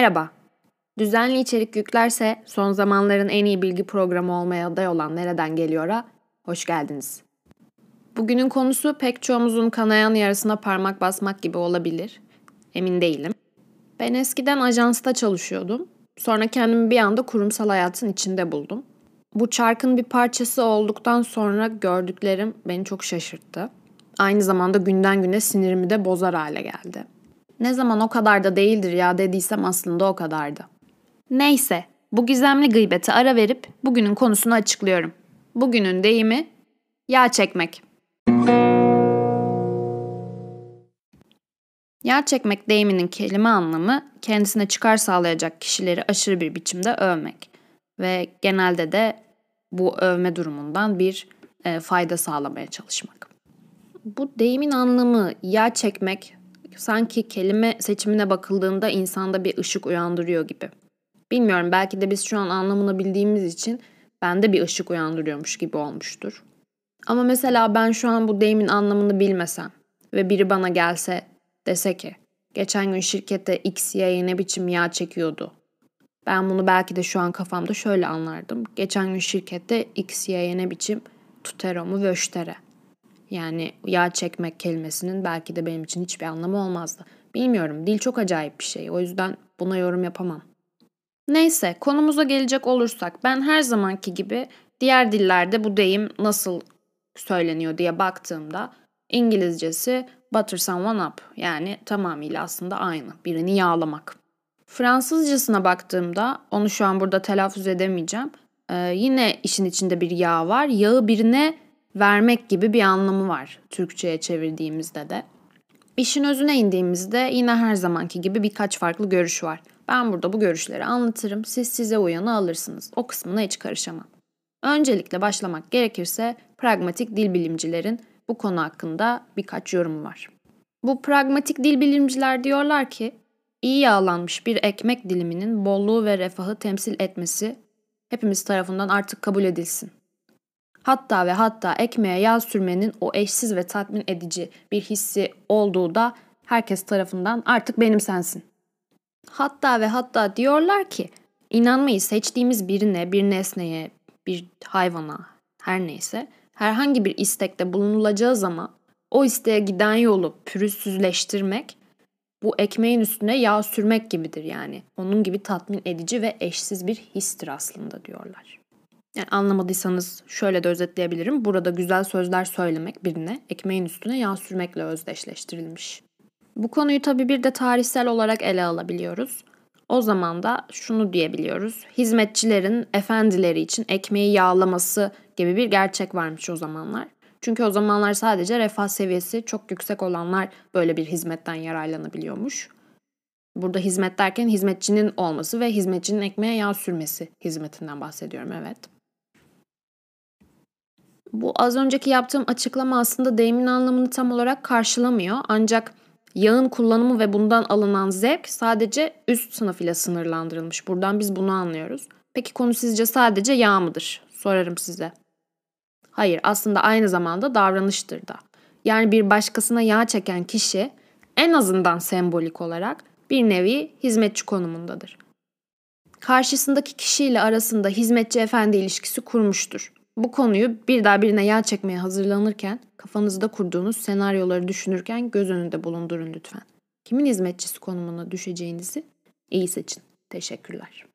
Merhaba. Düzenli içerik yüklerse son zamanların en iyi bilgi programı olmaya aday olan Nereden Geliyor'a hoş geldiniz. Bugünün konusu pek çoğumuzun kanayan yarasına parmak basmak gibi olabilir. Emin değilim. Ben eskiden ajansta çalışıyordum. Sonra kendimi bir anda kurumsal hayatın içinde buldum. Bu çarkın bir parçası olduktan sonra gördüklerim beni çok şaşırttı. Aynı zamanda günden güne sinirimi de bozar hale geldi. Ne zaman o kadar da değildir ya dediysem aslında o kadardı. Neyse, bu gizemli gıybete ara verip bugünün konusunu açıklıyorum. Bugünün deyimi yağ çekmek. Yağ çekmek deyiminin kelime anlamı kendisine çıkar sağlayacak kişileri aşırı bir biçimde övmek. Ve genelde de bu övme durumundan bir fayda sağlamaya çalışmak. Bu deyimin anlamı yağ çekmek sanki kelime seçimine bakıldığında insanda bir ışık uyandırıyor gibi. Bilmiyorum, belki de biz şu an anlamını bildiğimiz için bende bir ışık uyandırıyormuş gibi olmuştur. Ama mesela ben şu an bu deyimin anlamını bilmesem ve biri bana gelse dese ki geçen gün şirkette X yaya ne biçim yağ çekiyordu. Ben bunu belki de şu an kafamda şöyle anlardım. Geçen gün şirkette X yaya ne biçim tutero mu vöştere. Yani yağ çekmek kelimesinin belki de benim için hiçbir anlamı olmazdı. Bilmiyorum, dil çok acayip bir şey. O yüzden buna yorum yapamam. Neyse, konumuza gelecek olursak ben her zamanki gibi diğer dillerde bu deyim nasıl söyleniyor diye baktığımda İngilizcesi butter someone up, yani tamamıyla aslında aynı, birini yağlamak. Fransızcasına baktığımda onu şu an burada telaffuz edemeyeceğim. Yine işin içinde bir yağ var. Yağı birine vermek gibi bir anlamı var Türkçe'ye çevirdiğimizde de. İşin özüne indiğimizde yine her zamanki gibi birkaç farklı görüş var. Ben burada bu görüşleri anlatırım, siz size uyanı alırsınız. O kısmına hiç karışamam. Öncelikle başlamak gerekirse pragmatik dil bilimcilerin bu konu hakkında birkaç yorumu var. Bu pragmatik dil bilimciler diyorlar ki, iyi yağlanmış bir ekmek diliminin bolluğu ve refahı temsil etmesi hepimiz tarafından artık kabul edilsin. Hatta ve hatta ekmeğe yağ sürmenin o eşsiz ve tatmin edici bir hissi olduğu da herkes tarafından artık benimsensin. Hatta ve hatta diyorlar ki, inanmayı seçtiğimiz birine, bir nesneye, bir hayvana, her neyse, herhangi bir istekte bulunulacağı zaman o isteğe giden yolu pürüzsüzleştirmek, bu ekmeğin üstüne yağ sürmek gibidir yani. Onun gibi tatmin edici ve eşsiz bir histir aslında diyorlar. Yani anlamadıysanız şöyle de özetleyebilirim. Burada güzel sözler söylemek birine ekmeğin üstüne yağ sürmekle özdeşleştirilmiş. Bu konuyu tabii bir de tarihsel olarak ele alabiliyoruz. O zaman da şunu diyebiliyoruz. Hizmetçilerin efendileri için ekmeği yağlaması gibi bir gerçek varmış o zamanlar. Çünkü o zamanlar sadece refah seviyesi çok yüksek olanlar böyle bir hizmetten yararlanabiliyormuş. Burada hizmet derken hizmetçinin olması ve hizmetçinin ekmeğe yağ sürmesi hizmetinden bahsediyorum, evet. Bu az önceki yaptığım açıklama aslında deyimin anlamını tam olarak karşılamıyor. Ancak yağın kullanımı ve bundan alınan zevk sadece üst sınıf ile sınırlandırılmış. Buradan biz bunu anlıyoruz. Peki konu sizce sadece yağ mıdır? Sorarım size. Hayır, aslında aynı zamanda davranıştır da. Yani bir başkasına yağ çeken kişi en azından sembolik olarak bir nevi hizmetçi konumundadır. Karşısındaki kişiyle arasında hizmetçi efendi ilişkisi kurmuştur. Bu konuyu bir daha birine yağ çekmeye hazırlanırken, kafanızda kurduğunuz senaryoları düşünürken göz önünde bulundurun lütfen. Kimin hizmetçisi konumuna düşeceğinizi iyi seçin. Teşekkürler.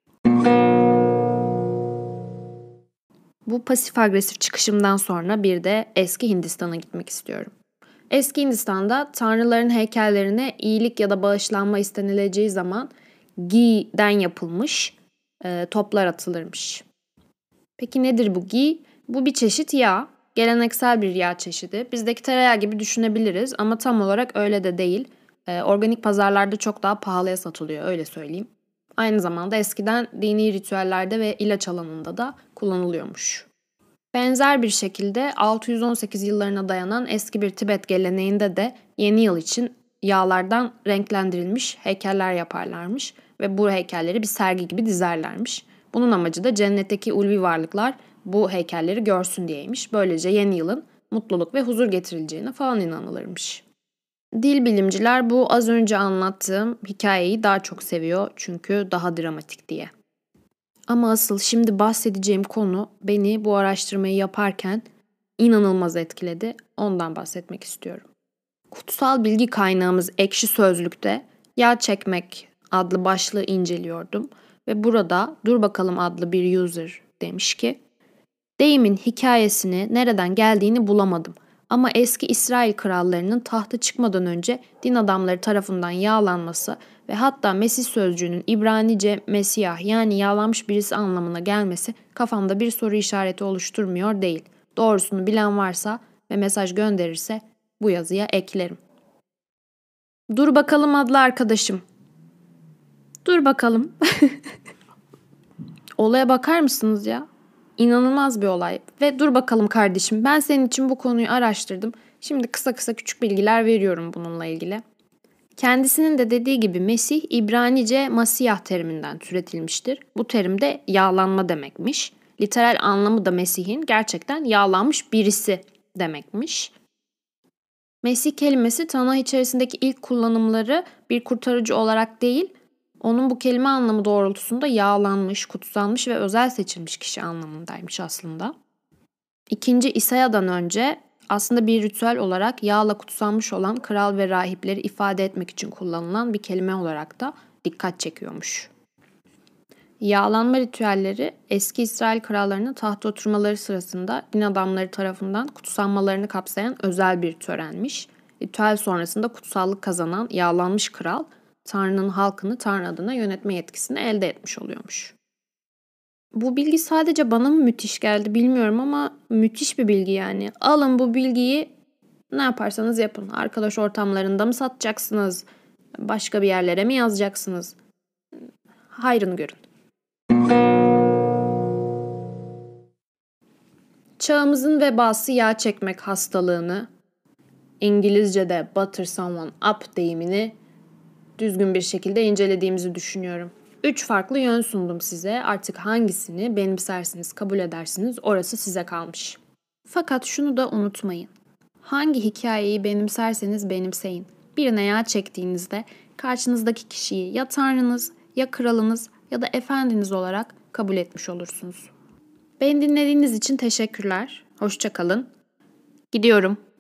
Bu pasif agresif çıkışımdan sonra bir de eski Hindistan'a gitmek istiyorum. Eski Hindistan'da tanrıların heykellerine iyilik ya da bağışlanma istenileceği zaman ghee yapılmış toplar atılırmış. Peki nedir bu ghee? Bu bir çeşit yağ. Geleneksel bir yağ çeşidi. Bizdeki tereyağı gibi düşünebiliriz ama tam olarak öyle de değil. Organik pazarlarda çok daha pahalıya satılıyor, öyle söyleyeyim. Aynı zamanda eskiden dini ritüellerde ve ilaç alanında da kullanılıyormuş. Benzer bir şekilde 618 yıllarına dayanan eski bir Tibet geleneğinde de yeni yıl için yağlardan renklendirilmiş heykeller yaparlarmış ve bu heykelleri bir sergi gibi dizerlermiş. Bunun amacı da cennetteki ulvi varlıklar bu heykelleri görsün diyeymiş. Böylece yeni yılın mutluluk ve huzur getirileceğine falan inanılırmış. Dil bilimciler bu az önce anlattığım hikayeyi daha çok seviyor çünkü daha dramatik diye. Ama asıl şimdi bahsedeceğim konu beni bu araştırmayı yaparken inanılmaz etkiledi. Ondan bahsetmek istiyorum. Kutsal bilgi kaynağımız Ekşi Sözlük'te "Yağ çekmek" adlı başlığı inceliyordum ve burada "Dur bakalım" adlı bir user demiş ki, deyimin hikayesini, nereden geldiğini bulamadım. Ama eski İsrail krallarının tahta çıkmadan önce din adamları tarafından yağlanması ve hatta Mesih sözcüğünün İbranice Mesiyah yani yağlanmış birisi anlamına gelmesi kafamda bir soru işareti oluşturmuyor değil. Doğrusunu bilen varsa ve mesaj gönderirse bu yazıya eklerim. Dur bakalım adlı arkadaşım. Dur bakalım. Olaya bakar mısınız ya? İnanılmaz bir olay. Ve dur bakalım kardeşim, ben senin için bu konuyu araştırdım. Şimdi kısa kısa küçük bilgiler veriyorum bununla ilgili. Kendisinin de dediği gibi Mesih İbranice Masiyah teriminden türetilmiştir. Bu terim de yağlanma demekmiş. Literal anlamı da Mesih'in gerçekten yağlanmış birisi demekmiş. Mesih kelimesi Tanah içerisindeki ilk kullanımları bir kurtarıcı olarak değil, onun bu kelime anlamı doğrultusunda yağlanmış, kutsanmış ve özel seçilmiş kişi anlamındaymış aslında. İkinci İsa'dan önce aslında bir ritüel olarak yağla kutsanmış olan kral ve rahipleri ifade etmek için kullanılan bir kelime olarak da dikkat çekiyormuş. Yağlanma ritüelleri eski İsrail krallarının tahta oturmaları sırasında din adamları tarafından kutsanmalarını kapsayan özel bir törenmiş. Ritüel sonrasında kutsallık kazanan yağlanmış kral, Tanrı'nın halkını Tanrı adına yönetme yetkisini elde etmiş oluyormuş. Bu bilgi sadece bana mı müthiş geldi bilmiyorum ama müthiş bir bilgi yani. Alın bu bilgiyi, ne yaparsanız yapın. Arkadaş ortamlarında mı satacaksınız? Başka bir yerlere mi yazacaksınız? Hayrını görün. Çağımızın vebası yağ çekmek hastalığını, İngilizce'de butter someone up deyimini düzgün bir şekilde incelediğimizi düşünüyorum. 3 farklı yön sundum size. Artık hangisini benimsersiniz, kabul edersiniz, orası size kalmış. Fakat şunu da unutmayın. Hangi hikayeyi benimserseniz benimseyin. Birine yağ çektiğinizde karşınızdaki kişiyi ya tanrınız, ya kralınız ya da efendiniz olarak kabul etmiş olursunuz. Beni dinlediğiniz için teşekkürler. Hoşça kalın. Gidiyorum.